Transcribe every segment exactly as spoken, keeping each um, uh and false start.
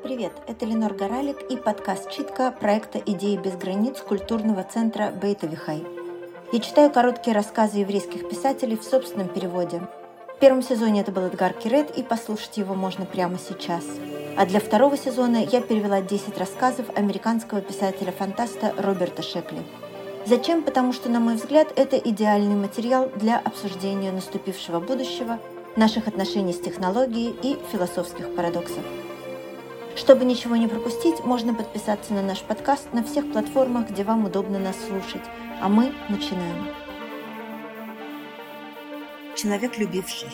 Привет, это Ленор Горалик и подкаст «Читка» проекта «Идеи без границ» культурного центра Бейт Авихай. Я читаю короткие рассказы еврейских писателей в собственном переводе. В первом сезоне это был Эдгар Кирет, и послушать его можно прямо сейчас. А для второго сезона я перевела десять рассказов американского писателя-фантаста Роберта Шекли. Зачем? Потому что, на мой взгляд, это идеальный материал для обсуждения наступившего будущего, наших отношений с технологией и философских парадоксов. Чтобы ничего не пропустить, можно подписаться на наш подкаст на всех платформах, где вам удобно нас слушать. А мы начинаем. Человек, любивший.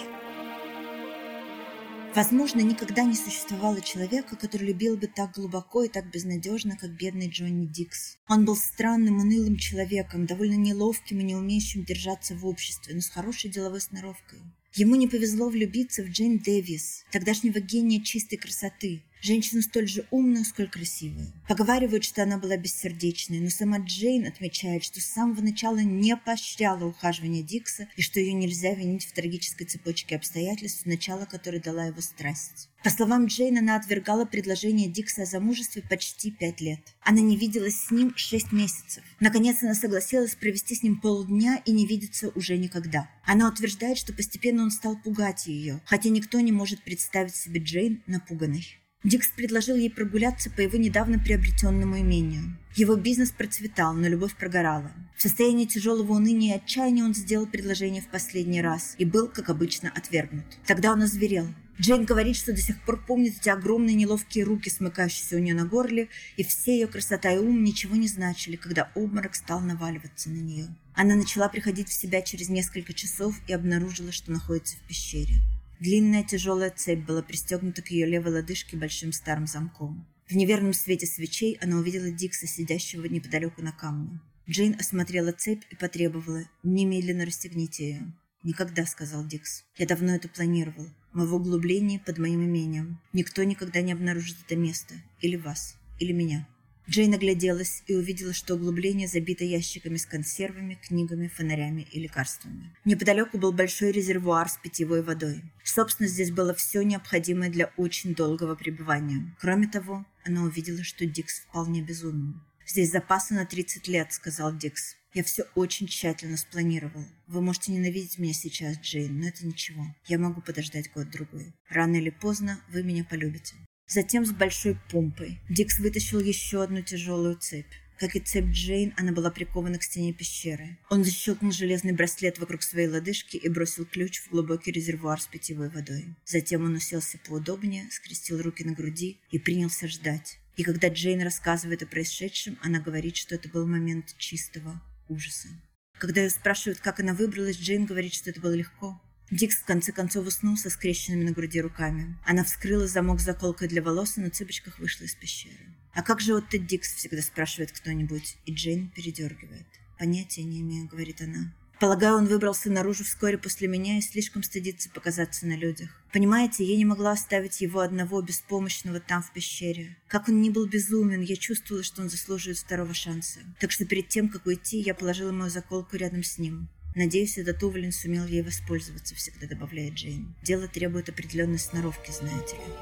Возможно, никогда не существовало человека, который любил бы так глубоко и так безнадежно, как бедный Джонни Дикс. Он был странным, унылым человеком, довольно неловким и не умеющим держаться в обществе, но с хорошей деловой сноровкой. Ему не повезло влюбиться в Джейн Дэвис, тогдашнего гения чистой красоты, женщину столь же умную, сколь красивую. Поговаривают, что она была бессердечной, но сама Джейн отмечает, что с самого начала не поощряла ухаживание Дикса и что ее нельзя винить в трагической цепочке обстоятельств, начало которой дала его страсть. По словам Джейн, она отвергала предложение Дикса о замужестве почти пять лет. Она не виделась с ним шесть месяцев. Наконец она согласилась провести с ним полдня и не видеться уже никогда. Она утверждает, что постепенно он стал пугать ее, хотя никто не может представить себе Джейн напуганной. Дикс предложил ей прогуляться по его недавно приобретенному имению. Его бизнес процветал, но любовь прогорала. В состоянии тяжелого уныния и отчаяния он сделал предложение в последний раз и был, как обычно, отвергнут. Тогда он озверел. Джейн говорит, что до сих пор помнит эти огромные неловкие руки, смыкающиеся у нее на горле, и все ее красота и ум ничего не значили, когда обморок стал наваливаться на нее. Она начала приходить в себя через несколько часов и обнаружила, что находится в пещере. Длинная тяжелая цепь была пристегнута к ее левой лодыжке большим старым замком. В неверном свете свечей она увидела Дикса, сидящего неподалеку на камне. Джейн осмотрела цепь и потребовала: «Немедленно расстегните ее». «Никогда», — сказал Дикс. «Я давно это планировал. Мы в углублении под моим имением. Никто никогда не обнаружит это место. Или вас, или меня». Джейн огляделась и увидела, что углубление забито ящиками с консервами, книгами, фонарями и лекарствами. Неподалеку был большой резервуар с питьевой водой. Собственно, здесь было все необходимое для очень долгого пребывания. Кроме того, она увидела, что Дикс вполне безумен. «Здесь запасы на тридцать лет», — сказал Дикс. «Я все очень тщательно спланировал. Вы можете ненавидеть меня сейчас, Джейн, но это ничего. Я могу подождать год-другой. Рано или поздно вы меня полюбите». Затем с большой помпой Дикс вытащил еще одну тяжелую цепь. Как и цепь Джейн, она была прикована к стене пещеры. Он защелкнул железный браслет вокруг своей лодыжки и бросил ключ в глубокий резервуар с питьевой водой. Затем он уселся поудобнее, скрестил руки на груди и принялся ждать. И когда Джейн рассказывает о происшедшем, она говорит, что это был момент чистого ужаса. Когда ее спрашивают, как она выбралась, Джейн говорит, что это было легко. Дикс в конце концов уснул со скрещенными на груди руками. Она вскрыла замок заколкой для волос и на цыпочках вышла из пещеры. «А как же Отто Дикс?» — всегда спрашивает кто-нибудь, и Джейн передергивает. «Понятия не имею», — говорит она. «Полагаю, он выбрался наружу вскоре после меня и слишком стыдится показаться на людях. Понимаете, я не могла оставить его одного беспомощного там в пещере. Как он ни был безумен, я чувствовала, что он заслуживает второго шанса. Так что перед тем, как уйти, я положила мою заколку рядом с ним. Надеюсь, этот уволень сумел ей воспользоваться», — всегда добавляет Джейн. «Дело требует определенной сноровки, знаете ли».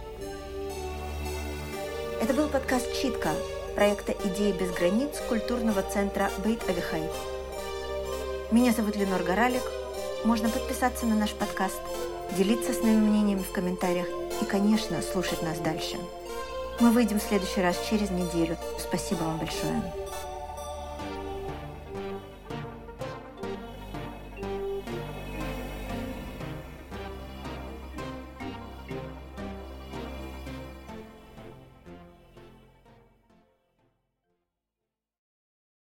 Это был подкаст «Читка» проекта «Идеи без границ» культурного центра Бейт Авихай. Меня зовут Ленор Горалик. Можно подписаться на наш подкаст, делиться с нами мнениями в комментариях и, конечно, слушать нас дальше. Мы выйдем в следующий раз через неделю. Спасибо вам большое.